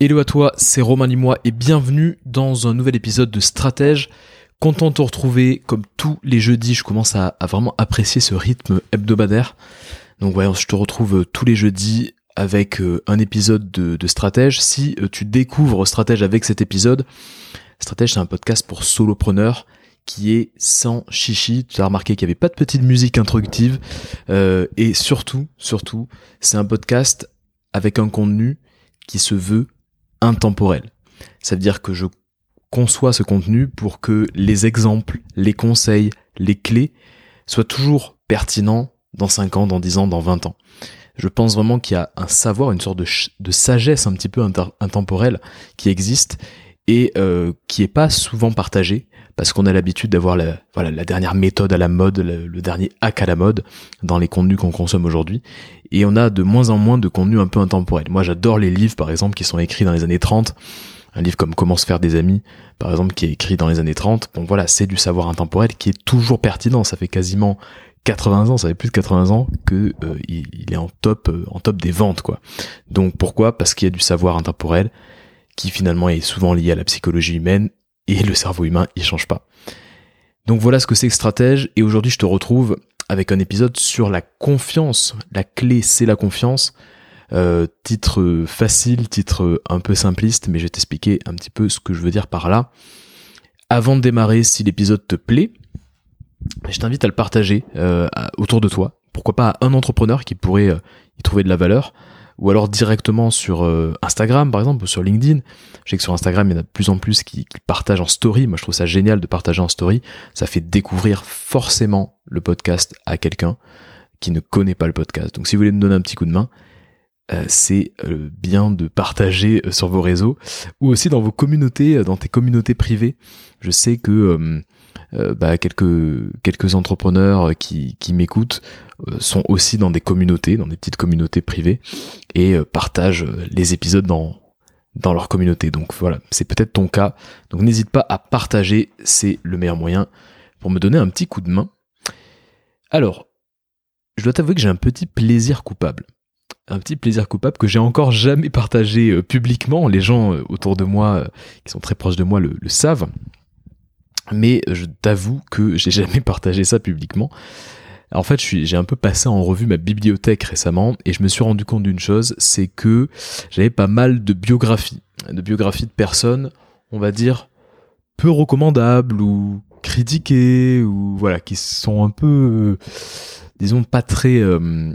Hello à toi, c'est Romain Limois et bienvenue dans un nouvel épisode de Stratège. Content de te retrouver, comme tous les jeudis, je commence à vraiment apprécier ce rythme hebdomadaire. Donc ouais, je te retrouve tous les jeudis avec un épisode de Stratège. Si tu découvres Stratège avec cet épisode, Stratège c'est un podcast pour solopreneurs qui est sans chichi. Tu as remarqué qu'il n'y avait pas de petite musique introductive et surtout, c'est un podcast avec un contenu qui se veut intemporel. Ça veut dire que je conçois ce contenu pour que les exemples, les conseils, les clés soient toujours pertinents dans 5 ans, dans 10 ans, dans 20 ans. Je pense vraiment qu'il y a un savoir, une sorte de sagesse un petit peu intemporelle qui existe et qui est pas souvent partagée parce qu'on a l'habitude d'avoir la dernière méthode à la mode, le dernier hack à la mode dans les contenus qu'on consomme aujourd'hui. Et on a de moins en moins de contenus un peu intemporels. Moi, j'adore les livres, par exemple, qui sont écrits dans les années 30. Un livre comme Comment se faire des amis, par exemple, qui est écrit dans les années 30. Bon, voilà, c'est du savoir intemporel qui est toujours pertinent. Ça fait quasiment 80 ans, ça fait plus de 80 ans que il est en top des ventes, quoi. Donc, pourquoi ? Parce qu'il y a du savoir intemporel qui finalement est souvent lié à la psychologie humaine et le cerveau humain, il change pas. Donc voilà ce que c'est que Stratège, et aujourd'hui je te retrouve avec un épisode sur la confiance. La clé, c'est la confiance. Titre facile, titre un peu simpliste, mais je vais t'expliquer un petit peu ce que je veux dire par là. Avant de démarrer, si l'épisode te plaît, je t'invite à le partager autour de toi. Pourquoi pas à un entrepreneur qui pourrait y trouver de la valeur, ou alors directement sur Instagram par exemple, ou sur LinkedIn. Je sais que sur Instagram il y en a de plus en plus qui partagent en story. Moi je trouve ça génial de partager en story. Ça fait découvrir forcément le podcast à quelqu'un qui ne connaît pas le podcast. Donc si vous voulez me donner un petit coup de main, c'est bien de partager sur vos réseaux ou aussi dans vos communautés, dans tes communautés privées. Je sais que quelques entrepreneurs qui m'écoutent sont aussi dans des communautés, dans des petites communautés privées et partagent les épisodes dans leur communauté. Donc voilà, c'est peut-être ton cas. Donc n'hésite pas à partager, c'est le meilleur moyen pour me donner un petit coup de main. Alors, je dois t'avouer que j'ai un petit plaisir coupable. Un petit plaisir coupable que j'ai encore jamais partagé publiquement. Les gens autour de moi, qui sont très proches de moi, le savent. Mais je t'avoue que j'ai jamais partagé ça publiquement. En fait, j'ai un peu passé en revue ma bibliothèque récemment et je me suis rendu compte d'une chose, c'est que j'avais pas mal de biographies de personnes, on va dire, peu recommandables ou critiquées, ou voilà, qui sont un peu, disons, pas très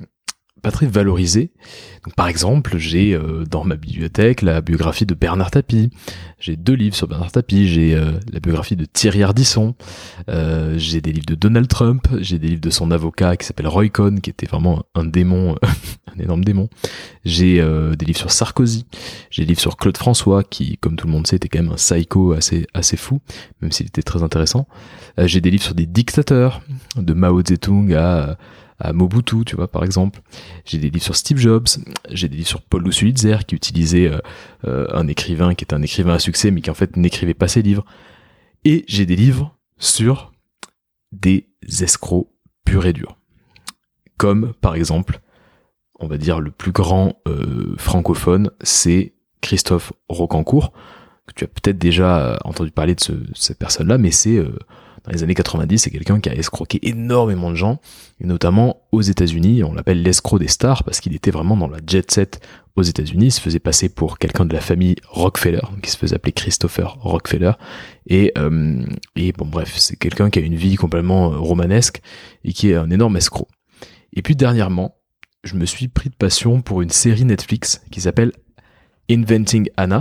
valorisé. Donc par exemple, j'ai dans ma bibliothèque la biographie de Bernard Tapie. J'ai 2 livres sur Bernard Tapie. J'ai la biographie de Thierry Ardisson. J'ai des livres de Donald Trump. J'ai des livres de son avocat qui s'appelle Roy Cohn, qui était vraiment un démon, un énorme démon. J'ai des livres sur Sarkozy. J'ai des livres sur Claude François, qui, comme tout le monde sait, était quand même un psycho assez fou, même s'il était très intéressant. J'ai des livres sur des dictateurs, de Mao Tse-tung à Mobutu, tu vois, par exemple. J'ai des livres sur Steve Jobs, j'ai des livres sur Paul Lussulitzer, qui utilisait un écrivain qui était un écrivain à succès, mais qui en fait n'écrivait pas ses livres. Et j'ai des livres sur des escrocs purs et durs. Comme, par exemple, on va dire le plus grand francophone, c'est Christophe Roccancourt, que tu as peut-être déjà entendu parler de cette personne-là, mais c'est... dans les années 90, c'est quelqu'un qui a escroqué énormément de gens, et notamment aux États-Unis. On l'appelle l'escroc des stars parce qu'il était vraiment dans la jet set aux États-Unis. Il se faisait passer pour quelqu'un de la famille Rockefeller, donc il se faisait appeler Christopher Rockefeller. Et bon, bref, c'est quelqu'un qui a une vie complètement romanesque et qui est un énorme escroc. Et puis dernièrement, je me suis pris de passion pour une série Netflix qui s'appelle Inventing Anna,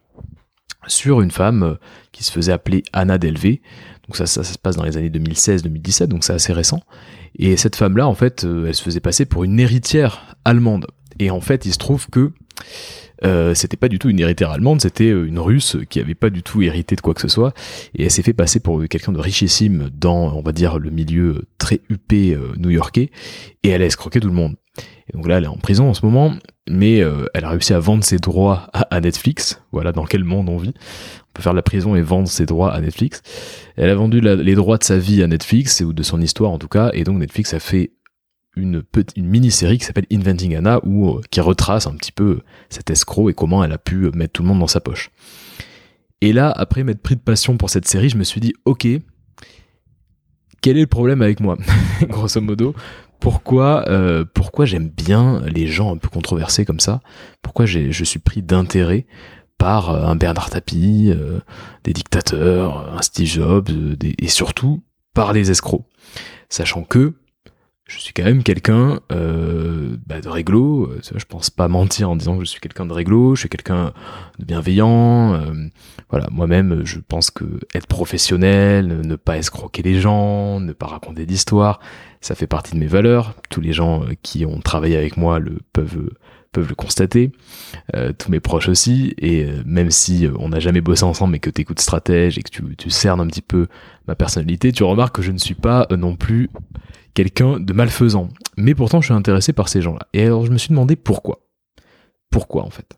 sur une femme qui se faisait appeler Anna Delvey. Donc ça se passe dans les années 2016-2017, donc c'est assez récent. Et cette femme-là, en fait, elle se faisait passer pour une héritière allemande. Et en fait, il se trouve que c'était pas du tout une héritière allemande, c'était une russe qui avait pas du tout hérité de quoi que ce soit. Et elle s'est fait passer pour quelqu'un de richissime dans, on va dire, le milieu très huppé new-yorkais. Et elle a escroqué tout le monde. Et donc là, elle est en prison en ce moment, mais elle a réussi à vendre ses droits à Netflix. Voilà dans quel monde on vit. On peut faire de la prison et vendre ses droits à Netflix. Elle a vendu les droits de sa vie à Netflix, ou de son histoire en tout cas, et donc Netflix a fait une mini-série qui s'appelle Inventing Anna, qui retrace un petit peu cet escroc et comment elle a pu mettre tout le monde dans sa poche. Et là, après m'être pris de passion pour cette série, je me suis dit, ok, quel est le problème avec moi, grosso modo? Pourquoi j'aime bien les gens un peu controversés comme ça? Pourquoi je suis pris d'intérêt par un Bernard Tapie, des dictateurs, un Steve Jobs, et surtout par les escrocs? Sachant que je suis quand même quelqu'un de réglo, je pense pas mentir en disant que je suis quelqu'un de réglo, je suis quelqu'un de bienveillant, voilà, moi-même je pense que être professionnel, ne pas escroquer les gens, ne pas raconter d'histoires, ça fait partie de mes valeurs. Tous les gens qui ont travaillé avec moi peuvent le constater, tous mes proches aussi, et même si on n'a jamais bossé ensemble mais que t'écoutes Stratège et que tu cernes un petit peu ma personnalité, tu remarques que je ne suis pas non plus quelqu'un de malfaisant. Mais pourtant, je suis intéressé par ces gens-là. Et alors, je me suis demandé pourquoi. Pourquoi, en fait?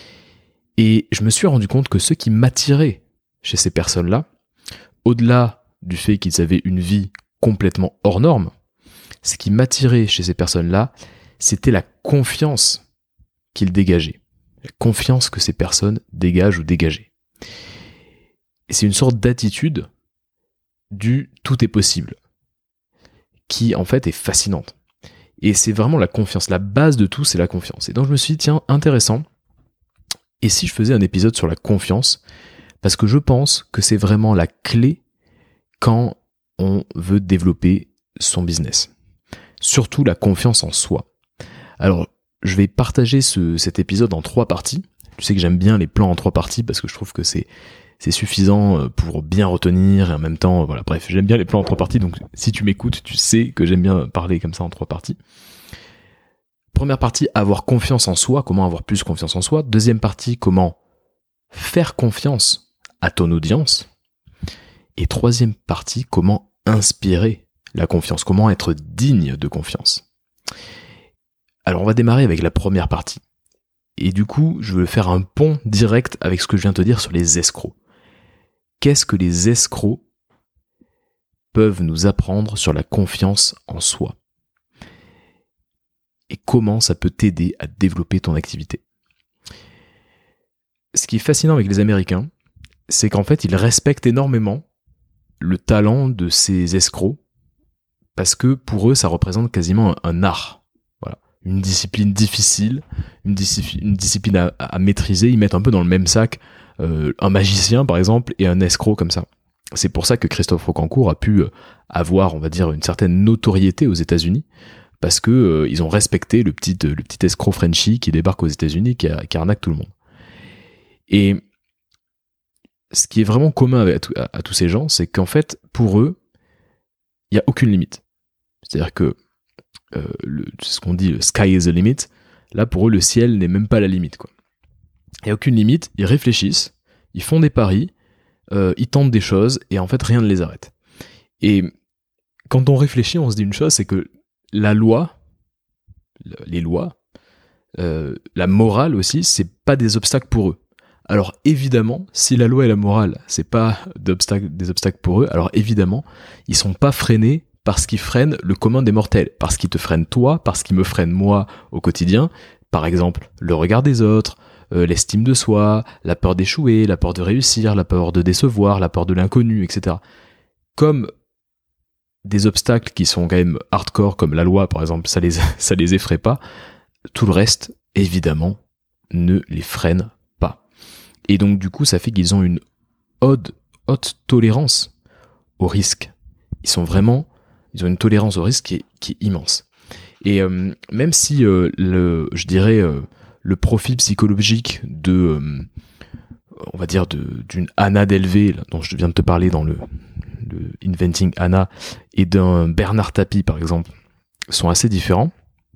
Et je me suis rendu compte que ce qui m'attirait chez ces personnes-là, au-delà du fait qu'ils avaient une vie complètement hors norme, ce qui m'attirait chez ces personnes-là, c'était la confiance qu'ils dégageaient. La confiance que ces personnes dégagent ou dégageaient. Et c'est une sorte d'attitude du « tout est possible », qui en fait est fascinante. Et c'est vraiment la confiance. La base de tout, c'est la confiance. Et donc je me suis dit, tiens, intéressant. Et si je faisais un épisode sur la confiance? Parce que je pense que c'est vraiment la clé quand on veut développer son business. Surtout la confiance en soi. Alors, je vais partager cet épisode en 3 parties. Tu sais que j'aime bien les plans en 3 parties parce que je trouve que c'est suffisant pour bien retenir et en même temps, voilà, bref, j'aime bien les plans en 3 parties, donc si tu m'écoutes, tu sais que j'aime bien parler comme ça en 3 parties. Première partie, avoir confiance en soi, comment avoir plus confiance en soi. Deuxième partie, comment faire confiance à ton audience. Et troisième partie, comment inspirer la confiance, comment être digne de confiance. Alors on va démarrer avec la première partie. Et du coup, je veux faire un pont direct avec ce que je viens de te dire sur les escrocs. Qu'est-ce que les escrocs peuvent nous apprendre sur la confiance en soi? Et comment ça peut t'aider à développer ton activité? Ce qui est fascinant avec les Américains, c'est qu'en fait, ils respectent énormément le talent de ces escrocs parce que pour eux, ça représente quasiment un art. Voilà. Une discipline difficile, une discipline à maîtriser. Ils mettent un peu dans le même sac un magicien, par exemple, et un escroc comme ça. C'est pour ça que Christophe Rocancourt a pu avoir, on va dire, une certaine notoriété aux États-Unis, parce que ils ont respecté le petit escroc Frenchie qui débarque aux États-Unis, qui arnaque tout le monde. Et ce qui est vraiment commun à tous ces gens, c'est qu'en fait, pour eux, il n'y a aucune limite. C'est-à-dire que c'est ce qu'on dit, le sky is the limit. Là, pour eux, le ciel n'est même pas la limite, quoi. Il n'y a aucune limite, ils réfléchissent, ils font des paris, ils tentent des choses, et en fait, rien ne les arrête. Et quand on réfléchit, on se dit une chose, c'est que la loi, les lois, la morale aussi, c'est pas des obstacles pour eux. Alors évidemment, si la loi et la morale, c'est pas des obstacles pour eux, alors évidemment, ils sont pas freinés par ce qui freine le commun des mortels, par ce qui te freine toi, par ce qui me freine moi au quotidien, par exemple le regard des autres, l'estime de soi, la peur d'échouer, la peur de réussir, la peur de décevoir, la peur de l'inconnu, etc. Comme des obstacles qui sont quand même hardcore, comme la loi par exemple, ça les effraie pas, tout le reste, évidemment, ne les freine pas. Et donc du coup, ça fait qu'ils ont une haute tolérance au risque. Ils ont une tolérance au risque qui est immense. Et même si je dirais le profil psychologique on va dire d'une Anna Delvey, dont je viens de te parler dans le Inventing Anna, et d'un Bernard Tapie par exemple, sont assez différents.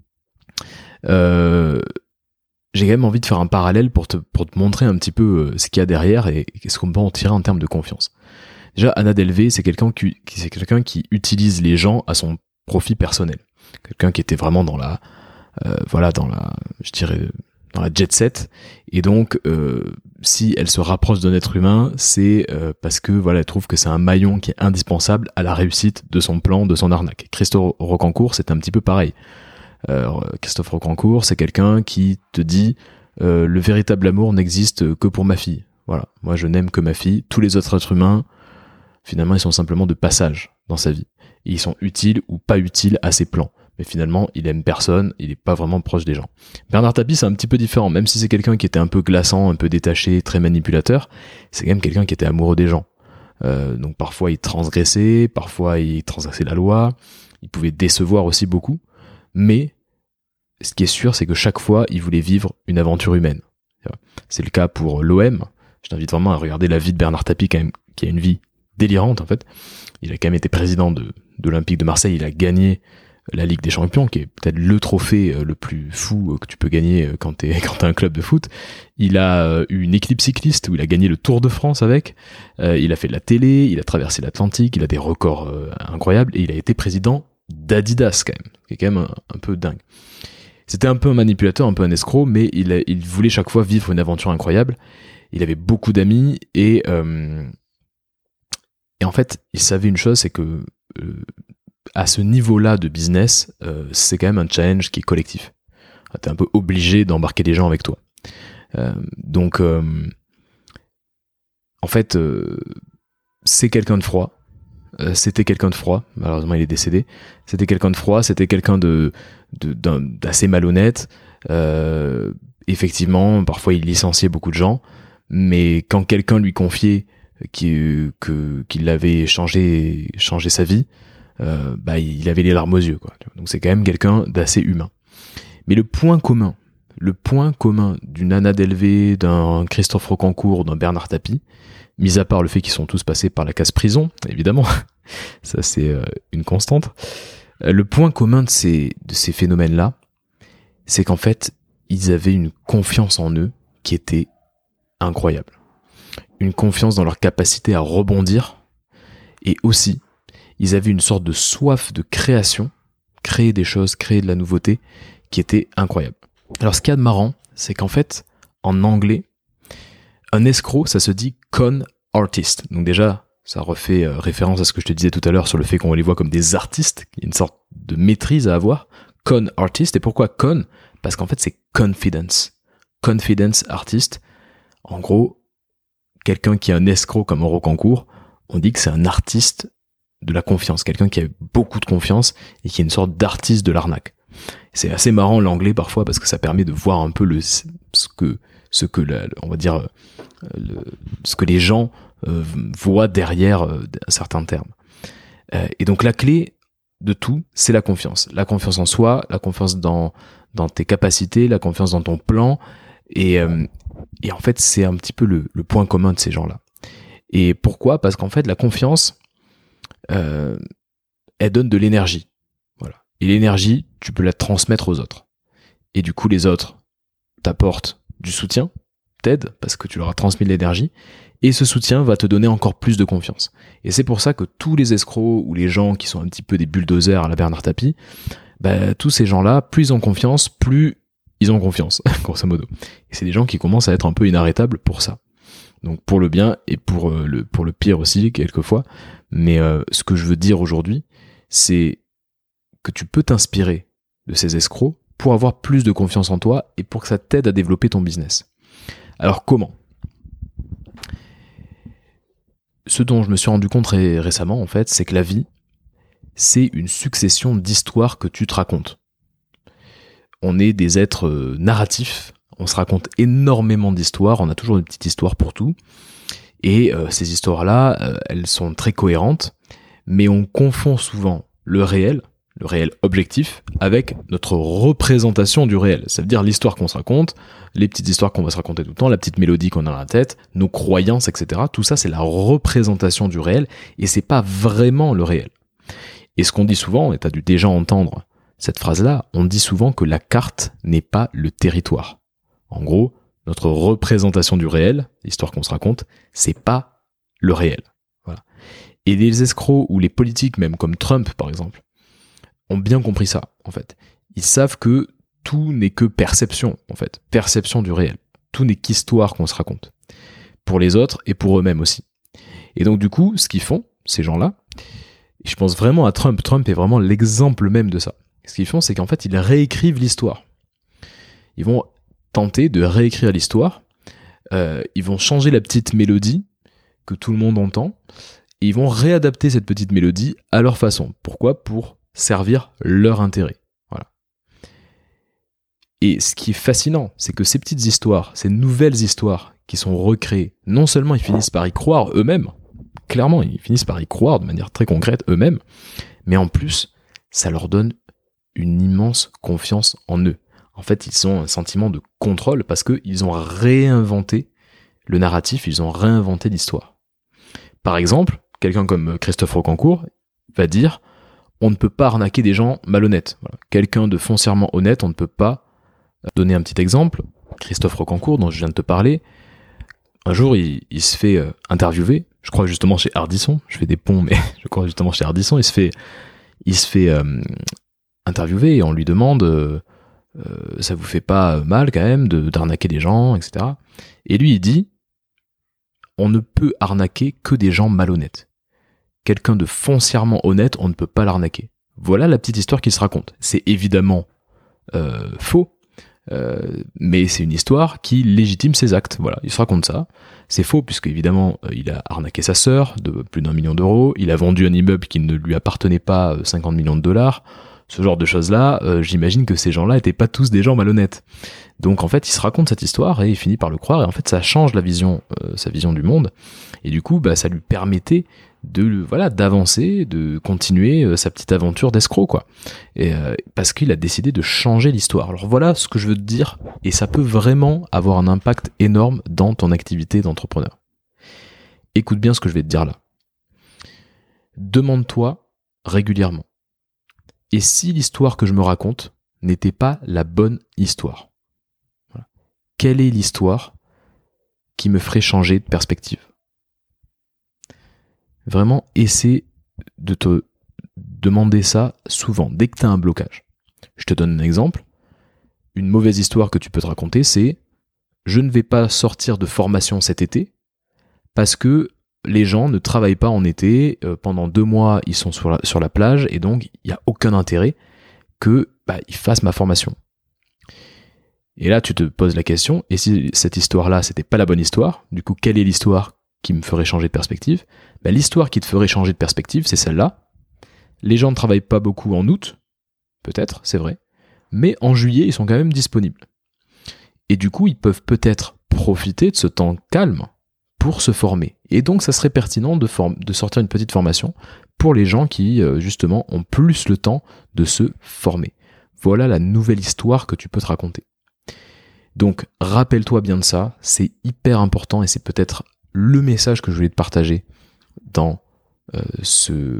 J'ai quand même envie de faire un parallèle pour te montrer un petit peu ce qu'il y a derrière et ce qu'on peut en tirer en termes de confiance. Déjà, Anna Delvey, c'est quelqu'un qui utilise les gens à son profit personnel. Quelqu'un qui était vraiment dans la jet set. Et donc, si elle se rapproche d'un être humain, c'est parce que voilà, elle trouve que c'est un maillon qui est indispensable à la réussite de son plan, de son arnaque. Christophe Rocancourt, c'est un petit peu pareil. Christophe Rocancourt, c'est quelqu'un qui te dit le véritable amour n'existe que pour ma fille. Voilà, moi je n'aime que ma fille. Tous les autres êtres humains, finalement, ils sont simplement de passage dans sa vie. Et ils sont utiles ou pas utiles à ses plans. Mais finalement, il aime personne, il est pas vraiment proche des gens. Bernard Tapie, c'est un petit peu différent. Même si c'est quelqu'un qui était un peu glaçant, un peu détaché, très manipulateur, c'est quand même quelqu'un qui était amoureux des gens. Donc parfois il transgressait la loi, il pouvait décevoir aussi beaucoup. Mais ce qui est sûr, c'est que chaque fois, il voulait vivre une aventure humaine. C'est le cas pour l'OM. Je t'invite vraiment à regarder la vie de Bernard Tapie, quand même, qui a une vie délirante en fait. Il a quand même été président de l'Olympique de Marseille, il a gagné la Ligue des Champions, qui est peut-être le trophée le plus fou que tu peux gagner quand t'es un club de foot. Il a eu une équipe cycliste où il a gagné le Tour de France avec. Il a fait de la télé, il a traversé l'Atlantique, il a des records incroyables et il a été président d'Adidas quand même, qui est quand même un peu dingue. C'était un peu un manipulateur, un peu un escroc, mais il voulait chaque fois vivre une aventure incroyable. Il avait beaucoup d'amis et en fait, il savait une chose, c'est que à ce niveau-là de business, c'est quand même un challenge qui est collectif. T'es un peu obligé d'embarquer des gens avec toi. Donc, en fait, c'est quelqu'un de froid. C'était quelqu'un de froid. Malheureusement, il est décédé. C'était quelqu'un de froid. C'était quelqu'un d'assez malhonnête. Effectivement, parfois, il licenciait beaucoup de gens. Mais quand quelqu'un lui confiait qu'il avait changé sa vie, il avait les larmes aux yeux, quoi. Donc c'est quand même quelqu'un d'assez humain. Mais le point commun d'une Anna Delvey, d'un Christophe Rocancourt, d'un Bernard Tapie, mis à part le fait qu'ils sont tous passés par la case prison, évidemment, ça c'est une constante. Le point commun de ces phénomènes-là, c'est qu'en fait, ils avaient une confiance en eux qui était incroyable. Une confiance dans leur capacité à rebondir, et aussi, ils avaient une sorte de soif de création, créer des choses, créer de la nouveauté, qui était incroyable. Alors ce qu'il y a de marrant, c'est qu'en fait, en anglais, un escroc, ça se dit con artist. Donc déjà, ça refait référence à ce que je te disais tout à l'heure sur le fait qu'on les voit comme des artistes, il y a une sorte de maîtrise à avoir. Con artist, et pourquoi con ? Parce qu'en fait, c'est confidence. Confidence artist. En gros, quelqu'un qui est un escroc comme un Rocancourt, on dit que c'est un artiste de la confiance, quelqu'un qui a beaucoup de confiance et qui est une sorte d'artiste de l'arnaque. C'est assez marrant l'anglais parfois parce que ça permet de voir un peu ce que les gens voient derrière certains termes. Et donc la clé de tout, c'est la confiance. La confiance en soi, la confiance dans tes capacités, la confiance dans ton plan. Et en fait, c'est un petit peu le point commun de ces gens-là. Et pourquoi ? Parce qu'en fait, la confiance, elle donne de l'énergie. Voilà. Et l'énergie, tu peux la transmettre aux autres. Et du coup, les autres t'apportent du soutien, t'aident, parce que tu leur as transmis de l'énergie, et ce soutien va te donner encore plus de confiance. Et c'est pour ça que tous les escrocs, ou les gens qui sont un petit peu des bulldozers à la Bernard Tapie, tous ces gens-là, plus ils ont confiance, plus ils ont confiance, grosso modo. Et c'est des gens qui commencent à être un peu inarrêtables pour ça. Donc pour le bien et pour le pire aussi, quelquefois. Mais ce que je veux dire aujourd'hui, c'est que tu peux t'inspirer de ces escrocs pour avoir plus de confiance en toi et pour que ça t'aide à développer ton business. Alors comment ? Ce dont je me suis rendu compte très récemment, en fait, c'est que la vie, c'est une succession d'histoires que tu te racontes. On est des êtres narratifs, on se raconte énormément d'histoires, on a toujours une petite histoire pour tout, et ces histoires-là, elles sont très cohérentes, mais on confond souvent le réel objectif, avec notre représentation du réel. Ça veut dire l'histoire qu'on se raconte, les petites histoires qu'on va se raconter tout le temps, la petite mélodie qu'on a dans la tête, nos croyances, etc. Tout ça, c'est la représentation du réel, et c'est pas vraiment le réel. Et ce qu'on dit souvent, et t'as dû déjà entendre cette phrase-là, on dit souvent que la carte n'est pas le territoire. En gros, notre représentation du réel, l'histoire qu'on se raconte, c'est pas le réel. Voilà. Et les escrocs ou les politiques, même comme Trump par exemple, ont bien compris ça, en fait. Ils savent que tout n'est que perception, en fait. Perception du réel. Tout n'est qu'histoire qu'on se raconte. pour les autres et pour eux-mêmes aussi. Et donc du coup, ce qu'ils font, ces gens-là, et je pense vraiment à Trump. Trump est vraiment l'exemple même de ça. Ce qu'ils font, c'est qu'en fait, ils réécrivent l'histoire. Ils vont tenter de réécrire l'histoire. Ils vont changer la petite mélodie que tout le monde entend. Et ils vont réadapter cette petite mélodie à leur façon. Pourquoi ? Pour servir leur intérêt. Voilà. Et ce qui est fascinant, c'est que ces petites histoires, ces nouvelles histoires qui sont recréées, non seulement ils finissent par y croire eux-mêmes, clairement, ils finissent par y croire de manière très concrète eux-mêmes, mais en plus, ça leur donne une immense confiance en eux. En fait, ils ont un sentiment de contrôle parce qu'ils ont réinventé le narratif, ils ont réinventé l'histoire. Par exemple, quelqu'un comme Christophe Rocancourt va dire « On ne peut pas arnaquer des gens malhonnêtes. » Voilà. Quelqu'un de foncièrement honnête, on ne peut pas. Donner un petit exemple, Christophe Rocancourt, dont je viens de te parler, un jour, il se fait interviewer, je crois justement chez Ardisson, je fais des ponts, mais je crois justement chez Ardisson, il se fait interviewer et on lui demande ça vous fait pas mal quand même d'arnaquer des gens, etc. Et lui, il dit on ne peut arnaquer que des gens malhonnêtes. Quelqu'un de foncièrement honnête, on ne peut pas l'arnaquer. Voilà la petite histoire qu'il se raconte. C'est évidemment faux, mais c'est une histoire qui légitime ses actes. Voilà, il se raconte ça. C'est faux puisque évidemment il a arnaqué sa sœur de plus d'1 million d'euros, il a vendu un immeuble qui ne lui appartenait pas 50 millions de dollars. Ce genre de choses-là, j'imagine que ces gens-là étaient pas tous des gens malhonnêtes. Donc en fait, il se raconte cette histoire et il finit par le croire et en fait ça change la vision, sa vision du monde. Et du coup, ça lui permettait d'avancer, de continuer sa petite aventure d'escroc, quoi. Et parce qu'il a décidé de changer l'histoire. Alors voilà ce que je veux te dire, et ça peut vraiment avoir un impact énorme dans ton activité d'entrepreneur. Écoute bien ce que je vais te dire là. Demande-toi régulièrement. Et si l'histoire que je me raconte n'était pas la bonne histoire ? Voilà. Quelle est l'histoire qui me ferait changer de perspective ? Vraiment, essaie de te demander ça souvent, dès que tu as un blocage. Je te donne un exemple. Une mauvaise histoire que tu peux te raconter, c'est « Je ne vais pas sortir de formation cet été parce que les gens ne travaillent pas en été, pendant 2 mois, ils sont sur la plage et donc il n'y a aucun intérêt qu'ils fassent ma formation. » Et là, tu te poses la question, et si cette histoire-là, c'était pas la bonne histoire, du coup, quelle est l'histoire qui me ferait changer de perspective ? L'histoire qui te ferait changer de perspective, c'est celle-là. Les gens ne travaillent pas beaucoup en août, peut-être, c'est vrai, mais en juillet, ils sont quand même disponibles. Et du coup, ils peuvent peut-être profiter de ce temps calme pour se former. Et donc, ça serait pertinent de sortir une petite formation pour les gens qui, justement, ont plus le temps de se former. Voilà la nouvelle histoire que tu peux te raconter. Donc, rappelle-toi bien de ça, c'est hyper important et c'est peut-être le message que je voulais te partager dans ce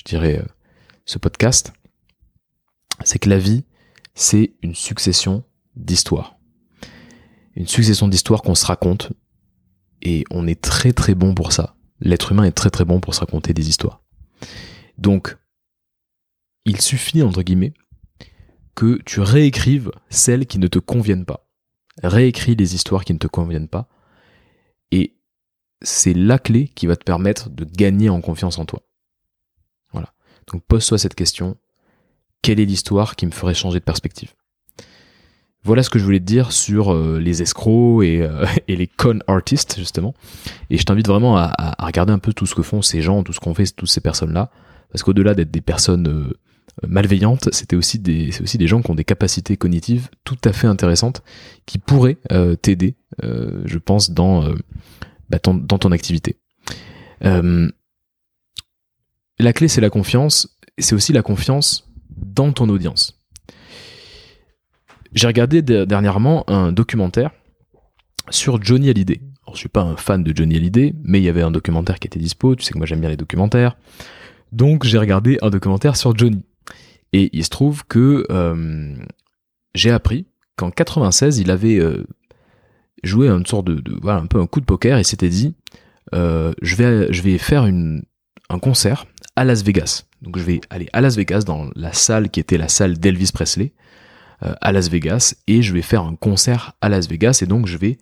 podcast. C'est que la vie, c'est une succession d'histoires. Une succession d'histoires qu'on se raconte et on est très très bon pour ça. L'être humain est très très bon pour se raconter des histoires. Donc, il suffit, entre guillemets, que tu réécrives celles qui ne te conviennent pas. Réécris les histoires qui ne te conviennent pas. Et c'est la clé qui va te permettre de gagner en confiance en toi. Voilà. Donc pose-toi cette question. Quelle est l'histoire qui me ferait changer de perspective ? Voilà ce que je voulais te dire sur les escrocs et les con artists, justement. Et je t'invite vraiment à regarder un peu tout ce que font ces gens, tout ce qu'ont fait toutes ces personnes-là. Parce qu'au-delà d'être des personnes malveillantes, c'est aussi des gens qui ont des capacités cognitives tout à fait intéressantes qui pourraient t'aider, je pense, dans ton activité. La clé, c'est la confiance, et c'est aussi la confiance dans ton audience. J'ai regardé dernièrement un documentaire sur Johnny Hallyday. Alors, je suis pas un fan de Johnny Hallyday, mais il y avait un documentaire qui était dispo. Tu sais que moi j'aime bien les documentaires. Donc j'ai regardé un documentaire sur Johnny. Et il se trouve que j'ai appris qu'en 96, il avait joué une sorte un peu un coup de poker et s'était dit je vais faire un concert à Las Vegas. Donc je vais aller à Las Vegas dans la salle qui était la salle d'Elvis Presley à Las Vegas et je vais faire un concert à Las Vegas et donc je vais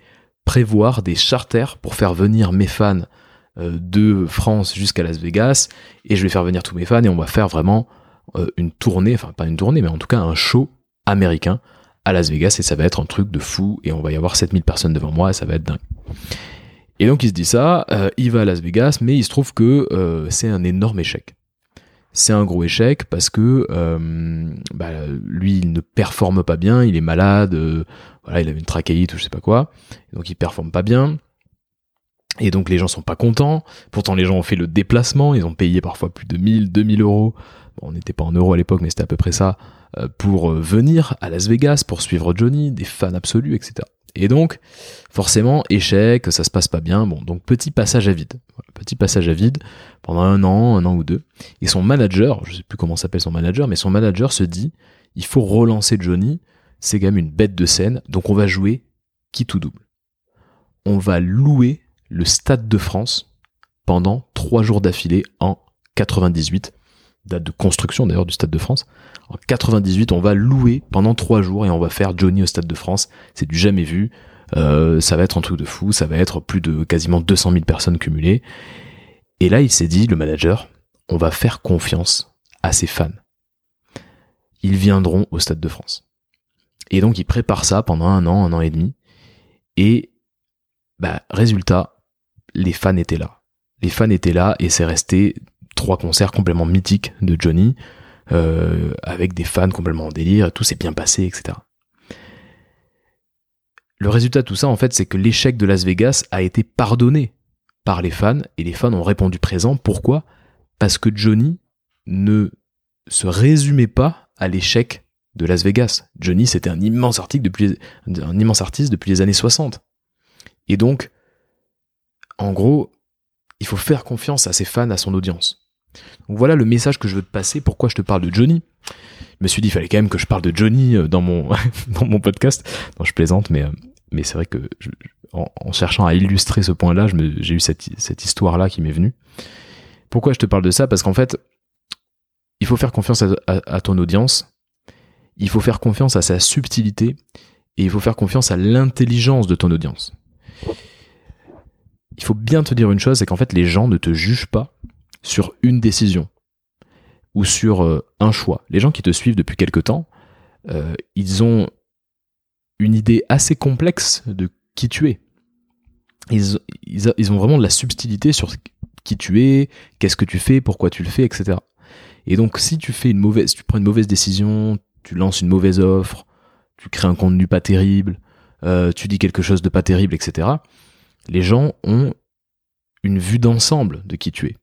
prévoir des charters pour faire venir mes fans de France jusqu'à Las Vegas, et je vais faire venir tous mes fans, et on va faire vraiment une tournée, enfin pas une tournée, mais en tout cas un show américain à Las Vegas, et ça va être un truc de fou, et on va y avoir 7000 personnes devant moi, et ça va être dingue. Et donc il se dit ça, il va à Las Vegas, mais il se trouve que c'est un énorme échec. C'est un gros échec parce que lui, il ne performe pas bien, il est malade, voilà, il avait une trachéite ou je sais pas quoi, donc il performe pas bien. Et donc les gens sont pas contents. Pourtant les gens ont fait le déplacement, ils ont payé parfois plus de 1000, 2000 euros. Bon, on n'était pas en euros à l'époque, mais c'était à peu près ça, pour venir à Las Vegas, pour suivre Johnny, des fans absolus, etc. Et donc, forcément, échec, ça se passe pas bien. Bon, donc petit passage à vide. Voilà, petit passage à vide pendant un an ou deux. Et son manager, je sais plus comment s'appelle son manager, mais son manager se dit, il faut relancer Johnny, c'est quand même une bête de scène, donc on va jouer qui tout double. On va louer le Stade de France pendant 3 jours d'affilée en 98, date de construction d'ailleurs du Stade de France. En 98, on va louer pendant 3 jours et on va faire Johnny au Stade de France. C'est du jamais vu. Ça va être un truc de fou. Ça va être plus de quasiment 200 000 personnes cumulées. Et là, il s'est dit, le manager, on va faire confiance à ses fans. Ils viendront au Stade de France. Et donc, il prépare ça pendant un an et demi. Et résultat, les fans étaient là. Les fans étaient là et c'est resté 3 concerts complètement mythiques de Johnny, avec des fans complètement en délire, tout s'est bien passé, etc. Le résultat de tout ça, en fait, c'est que l'échec de Las Vegas a été pardonné par les fans, et les fans ont répondu présent. Pourquoi ? Parce que Johnny ne se résumait pas à l'échec de Las Vegas. Johnny, c'était un immense artiste depuis les années 60. Et donc, en gros, il faut faire confiance à ses fans, à son audience. Donc voilà le message que je veux te passer. Pourquoi je te parle de Johnny ? Je me suis dit, il fallait quand même que je parle de Johnny dans mon podcast. Non, je plaisante, mais c'est vrai que en cherchant à illustrer ce point-là, j'ai eu cette histoire-là qui m'est venue. Pourquoi je te parle de ça ? Parce qu'en fait, il faut faire confiance à ton audience, il faut faire confiance à sa subtilité, et il faut faire confiance à l'intelligence de ton audience. Il faut bien te dire une chose, c'est qu'en fait, les gens ne te jugent pas sur une décision ou sur un choix. Les gens qui te suivent depuis quelque temps, ils ont une idée assez complexe de qui tu es. Ils ont vraiment de la subtilité sur qui tu es, qu'est-ce que tu fais, pourquoi tu le fais, etc. Et donc, si tu prends une mauvaise décision, tu lances une mauvaise offre, tu crées un contenu pas terrible, tu dis quelque chose de pas terrible, etc., les gens ont une vue d'ensemble de qui tu es.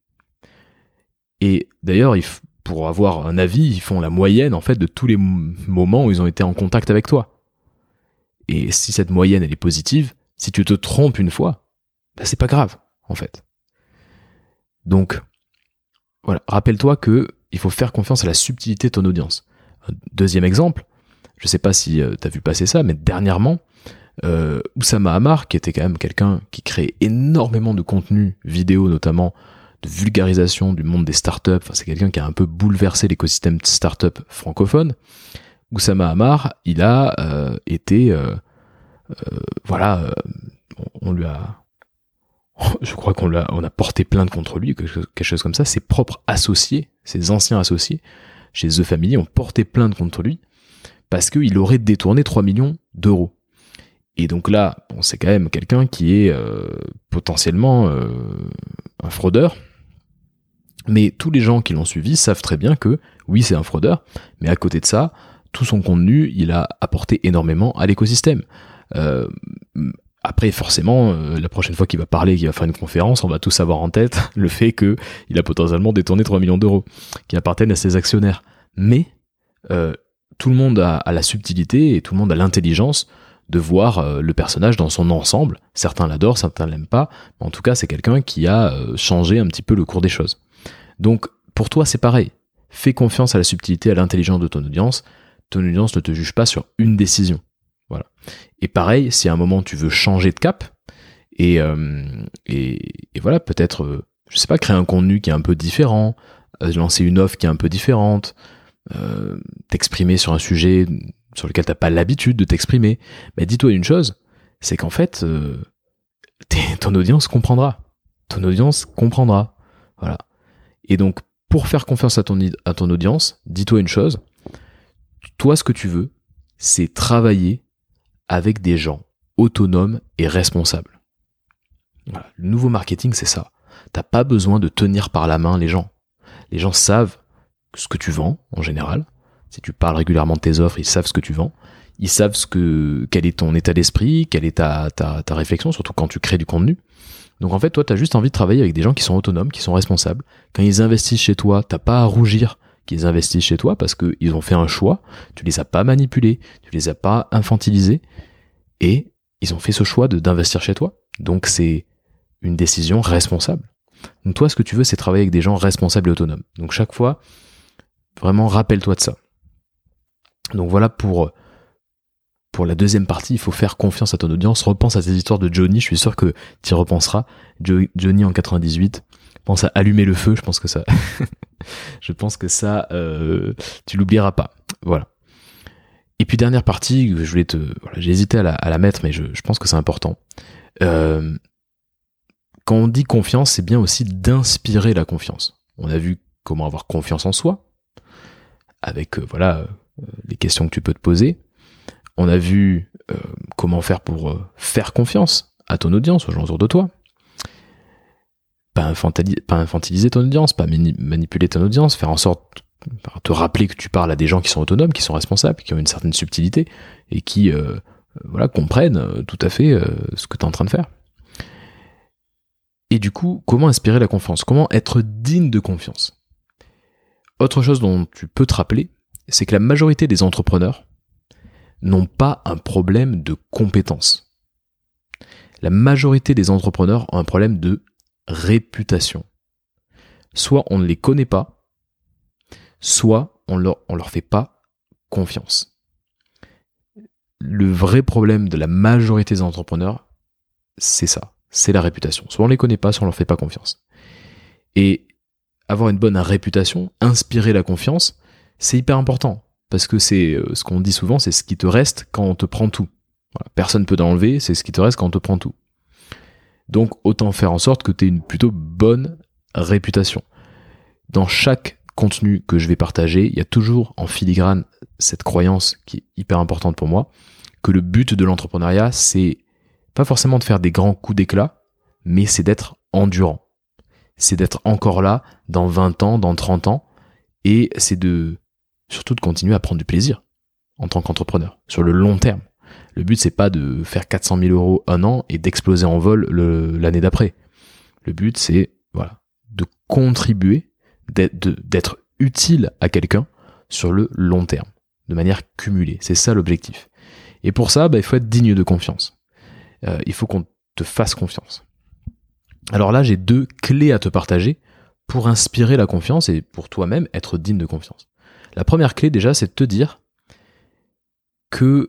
Et d'ailleurs, pour avoir un avis, ils font la moyenne en fait de tous les moments où ils ont été en contact avec toi. Et si cette moyenne elle est positive, si tu te trompes une fois, c'est pas grave en fait. Donc voilà, rappelle-toi que il faut faire confiance à la subtilité de ton audience. Un deuxième exemple, je sais pas si t'as vu passer ça, mais dernièrement, Oussama Ammar, qui était quand même quelqu'un qui créait énormément de contenu vidéo, notamment de vulgarisation du monde des startups, enfin, c'est quelqu'un qui a un peu bouleversé l'écosystème startup francophone. Oussama Ammar, il a été on lui a, je crois on a porté plainte contre lui, quelque chose comme ça. Ses propres associés, ses anciens associés chez The Family ont porté plainte contre lui parce qu'il aurait détourné 3 millions d'euros. Et donc là, c'est quand même quelqu'un qui est potentiellement un fraudeur. Mais tous les gens qui l'ont suivi savent très bien que oui, c'est un fraudeur, mais à côté de ça, tout son contenu, il a apporté énormément à l'écosystème. Après, forcément, la prochaine fois qu'il va parler, qu'il va faire une conférence, on va tous avoir en tête le fait qu'il a potentiellement détourné 3 millions d'euros qui appartiennent à ses actionnaires. Mais tout le monde a la subtilité et tout le monde a l'intelligence de voir le personnage dans son ensemble. Certains l'adorent, certains l'aiment pas, mais en tout cas, c'est quelqu'un qui a changé un petit peu le cours des choses. Donc, pour toi, c'est pareil. Fais confiance à la subtilité, à l'intelligence de ton audience. Ton audience ne te juge pas sur une décision. Voilà. Et pareil, si à un moment tu veux changer de cap, et voilà, peut-être, je sais pas, créer un contenu qui est un peu différent, lancer une offre qui est un peu différente, t'exprimer sur un sujet sur lequel t'as pas l'habitude de t'exprimer, dis-toi une chose, c'est qu'en fait, ton audience comprendra. Ton audience comprendra. Voilà. Et donc, pour faire confiance à ton audience, dis-toi une chose. Toi, ce que tu veux, c'est travailler avec des gens autonomes et responsables. Voilà. Le nouveau marketing, c'est ça. T'as pas besoin de tenir par la main les gens. Les gens savent ce que tu vends, en général. Si tu parles régulièrement de tes offres, ils savent ce que tu vends. Ils savent quel est ton état d'esprit, quelle est ta réflexion, surtout quand tu crées du contenu. Donc en fait, toi, t'as juste envie de travailler avec des gens qui sont autonomes, qui sont responsables. Quand ils investissent chez toi, t'as pas à rougir qu'ils investissent chez toi parce qu'ils ont fait un choix. Tu les as pas manipulés, tu les as pas infantilisés, et ils ont fait ce choix d'investir chez toi. Donc c'est une décision responsable. Donc toi, ce que tu veux, c'est travailler avec des gens responsables et autonomes. Donc chaque fois, vraiment, rappelle-toi de ça. Donc voilà pour la deuxième partie, il faut faire confiance à ton audience. Repense à tes histoires de Johnny, je suis sûr que tu y repenseras. Johnny en 98, pense à allumer le feu, je pense que ça, tu l'oublieras pas. Voilà. Et puis dernière partie, j'ai hésité à la mettre, mais je pense que c'est important. Quand on dit confiance, c'est bien aussi d'inspirer la confiance. On a vu comment avoir confiance en soi, avec les questions que tu peux te poser. On a vu comment faire pour faire confiance à ton audience, aux gens autour de toi. Pas infantiliser ton audience, pas manipuler ton audience, faire en sorte de te rappeler que tu parles à des gens qui sont autonomes, qui sont responsables, qui ont une certaine subtilité et qui comprennent tout à fait ce que tu es en train de faire. Et du coup, comment inspirer la confiance ? Comment être digne de confiance ? Autre chose dont tu peux te rappeler, c'est que la majorité des entrepreneurs n'ont pas un problème de compétence. La majorité des entrepreneurs ont un problème de réputation. Soit on ne les connaît pas, soit on leur fait pas confiance. Le vrai problème de la majorité des entrepreneurs, c'est ça, c'est la réputation. Soit on les connaît pas, soit on leur fait pas confiance. Et avoir une bonne réputation, inspirer la confiance, c'est hyper important. Parce que c'est ce qu'on dit souvent, c'est ce qui te reste quand on te prend tout. Voilà, personne ne peut t'enlever, c'est ce qui te reste quand on te prend tout. Donc autant faire en sorte que tu aies une plutôt bonne réputation. Dans chaque contenu que je vais partager, il y a toujours en filigrane cette croyance qui est hyper importante pour moi, que le but de l'entrepreneuriat, c'est pas forcément de faire des grands coups d'éclat, mais c'est d'être endurant. C'est d'être encore là dans 20 ans, dans 30 ans, et c'est surtout de continuer à prendre du plaisir en tant qu'entrepreneur, sur le long terme. Le but, c'est pas de faire 400 000 euros un an et d'exploser en vol l'année d'après. Le but, c'est de contribuer, d'être utile à quelqu'un sur le long terme, de manière cumulée. C'est ça l'objectif. Et pour ça, il faut être digne de confiance. Il faut qu'on te fasse confiance. Alors là, j'ai 2 clés à te partager pour inspirer la confiance et pour toi-même être digne de confiance. La première clé, déjà, c'est de te dire que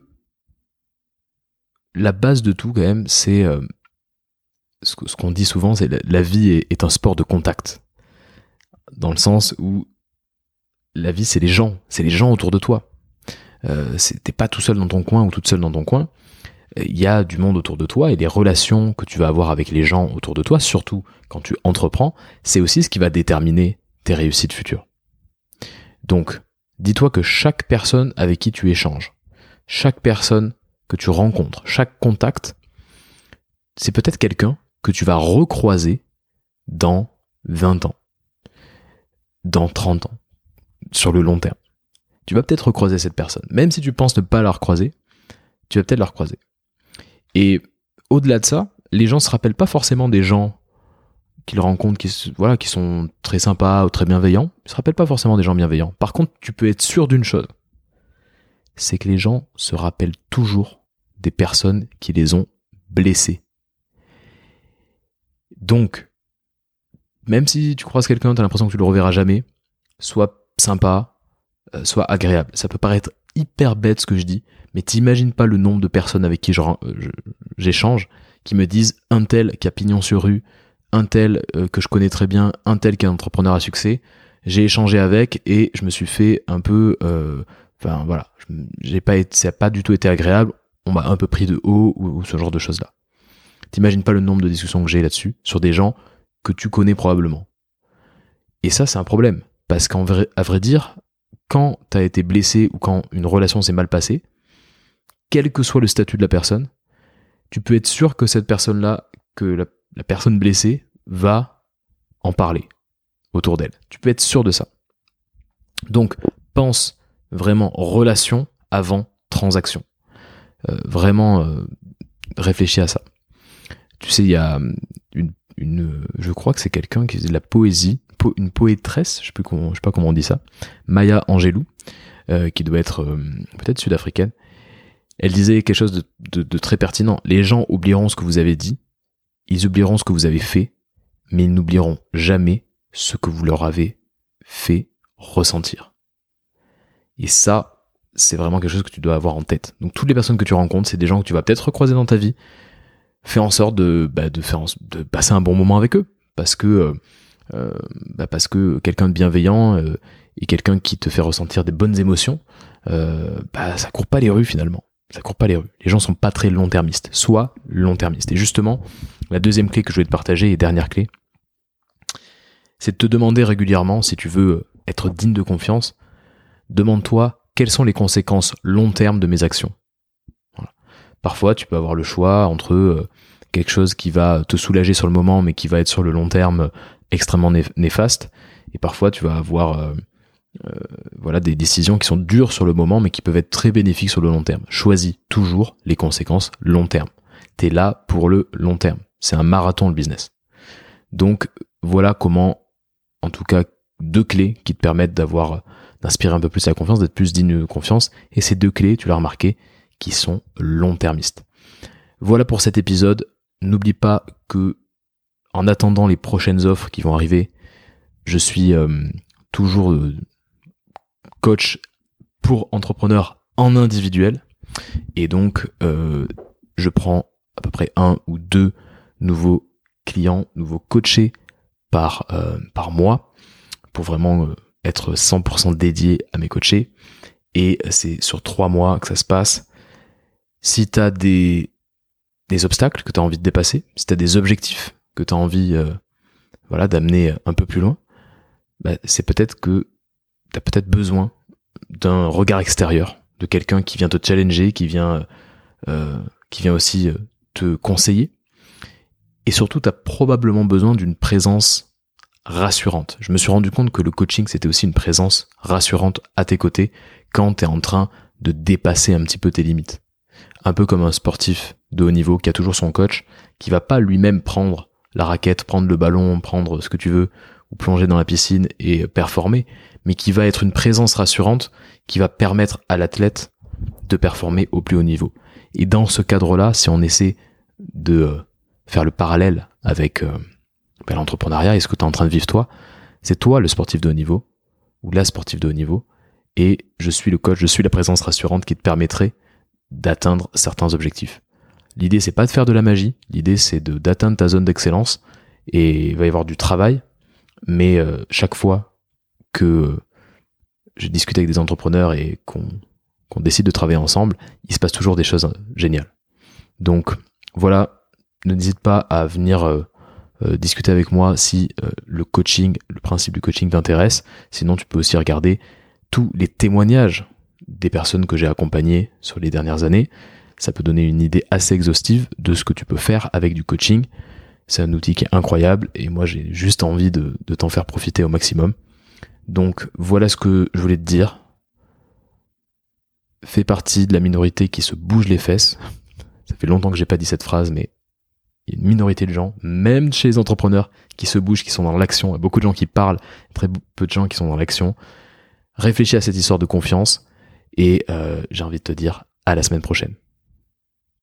la base de tout, quand même, c'est ce qu'on dit souvent, c'est la vie est un sport de contact. Dans le sens où la vie, c'est les gens autour de toi. T'es pas tout seul dans ton coin ou toute seule dans ton coin. Il y a du monde autour de toi et les relations que tu vas avoir avec les gens autour de toi, surtout quand tu entreprends, c'est aussi ce qui va déterminer tes réussites futures. Donc, dis-toi que chaque personne avec qui tu échanges, chaque personne que tu rencontres, chaque contact, c'est peut-être quelqu'un que tu vas recroiser dans 20 ans, dans 30 ans, sur le long terme. Tu vas peut-être recroiser cette personne. Même si tu penses ne pas la recroiser, tu vas peut-être la recroiser. Et au-delà de ça, les gens se rappellent pas forcément des gens qu'ils rencontrent qui sont très sympas ou très bienveillants. Ils se rappellent pas forcément des gens bienveillants. Par contre, tu peux être sûr d'une chose, c'est que les gens se rappellent toujours des personnes qui les ont blessés. Donc, même si tu croises quelqu'un, tu as l'impression que tu le reverras jamais, sois sympa, sois agréable. Ça peut paraître hyper bête ce que je dis, mais t'imagines pas le nombre de personnes avec qui j'échange qui me disent un tel qui a pignon sur rue, un tel que je connais très bien, un tel qui est un entrepreneur à succès. J'ai échangé avec et je me suis fait un peu, ça n'a pas du tout été agréable. On m'a un peu pris de haut ou ce genre de choses là. T'imagines pas le nombre de discussions que j'ai là-dessus, sur des gens que tu connais probablement. Et ça, c'est un problème. Parce qu'à vrai dire, quand t'as été blessé ou quand une relation s'est mal passée, quel que soit le statut de la personne, tu peux être sûr que cette personne-là, que la personne blessée va en parler autour d'elle. Tu peux être sûr de ça. Donc, pense vraiment relation avant transaction. Vraiment, réfléchis à ça. Tu sais, il y a je crois que c'est quelqu'un qui faisait de la poésie, une poétresse, je sais pas comment on dit ça, Maya Angelou, qui doit être peut-être sud-africaine. Elle disait quelque chose de très pertinent. Les gens oublieront ce que vous avez dit, ils oublieront ce que vous avez fait, mais ils n'oublieront jamais ce que vous leur avez fait ressentir. Et ça, c'est vraiment quelque chose que tu dois avoir en tête. Donc toutes les personnes que tu rencontres, c'est des gens que tu vas peut-être recroiser dans ta vie. Fais en sorte de passer un bon moment avec eux, parce que quelqu'un de bienveillant et quelqu'un qui te fait ressentir des bonnes émotions, ça court pas les rues finalement. Ça court pas les rues. Les gens sont pas très long-termistes. Sois long-termiste. Et justement, la deuxième clé que je voulais te partager et dernière clé, c'est de te demander régulièrement, si tu veux être digne de confiance, demande-toi quelles sont les conséquences long terme de mes actions. Voilà. Parfois, tu peux avoir le choix entre quelque chose qui va te soulager sur le moment, mais qui va être sur le long terme extrêmement néfaste. Et parfois, tu vas avoir des décisions qui sont dures sur le moment, mais qui peuvent être très bénéfiques sur le long terme. Choisis toujours les conséquences long terme. T'es là pour le long terme. C'est un marathon, le business. Donc, voilà comment, en tout cas, 2 clés qui te permettent d'inspirer un peu plus la confiance, d'être plus digne de confiance. Et ces 2 clés, tu l'as remarqué, qui sont long-termistes. Voilà pour cet épisode. N'oublie pas que, en attendant les prochaines offres qui vont arriver, je suis toujours coach pour entrepreneurs en individuel. Et donc, je prends à peu près 1 ou 2 nouveaux clients, nouveaux coachés par mois pour vraiment être 100% dédié à mes coachés. Et c'est sur 3 mois que ça se passe. Si tu as des obstacles que tu as envie de dépasser, si tu as des objectifs que tu as envie d'amener un peu plus loin, c'est peut-être que tu as peut-être besoin d'un regard extérieur, de quelqu'un qui vient te challenger, qui vient aussi te conseiller. Et surtout, tu as probablement besoin d'une présence rassurante. Je me suis rendu compte que le coaching, c'était aussi une présence rassurante à tes côtés quand tu es en train de dépasser un petit peu tes limites. Un peu comme un sportif de haut niveau qui a toujours son coach, qui va pas lui-même prendre la raquette, prendre le ballon, prendre ce que tu veux, ou plonger dans la piscine et performer, mais qui va être une présence rassurante qui va permettre à l'athlète de performer au plus haut niveau. Et dans ce cadre-là, si on essaie de faire le parallèle avec l'entrepreneuriat et ce que tu es en train de vivre toi, c'est toi le sportif de haut niveau, ou la sportive de haut niveau, et je suis le coach, je suis la présence rassurante qui te permettrait d'atteindre certains objectifs. L'idée, c'est pas de faire de la magie, l'idée, c'est d'atteindre ta zone d'excellence, et il va y avoir du travail, mais chaque fois que je discute avec des entrepreneurs et qu'on décide de travailler ensemble, il se passe toujours des choses géniales. Donc voilà, n'hésite pas à venir discuter avec moi si le principe du coaching t'intéresse. Sinon, tu peux aussi regarder tous les témoignages des personnes que j'ai accompagnées sur les dernières années. Ça peut donner une idée assez exhaustive de ce que tu peux faire avec du coaching. C'est un outil qui est incroyable et moi j'ai juste envie de t'en faire profiter au maximum. Donc voilà ce que je voulais te dire. Fais partie de la minorité qui se bouge les fesses. Ça fait longtemps que j'ai pas dit cette phrase, mais il y a une minorité de gens, même chez les entrepreneurs, qui se bougent, qui sont dans l'action. Il y a beaucoup de gens qui parlent, très peu de gens qui sont dans l'action. Réfléchis à cette histoire de confiance et j'ai envie de te dire à la semaine prochaine.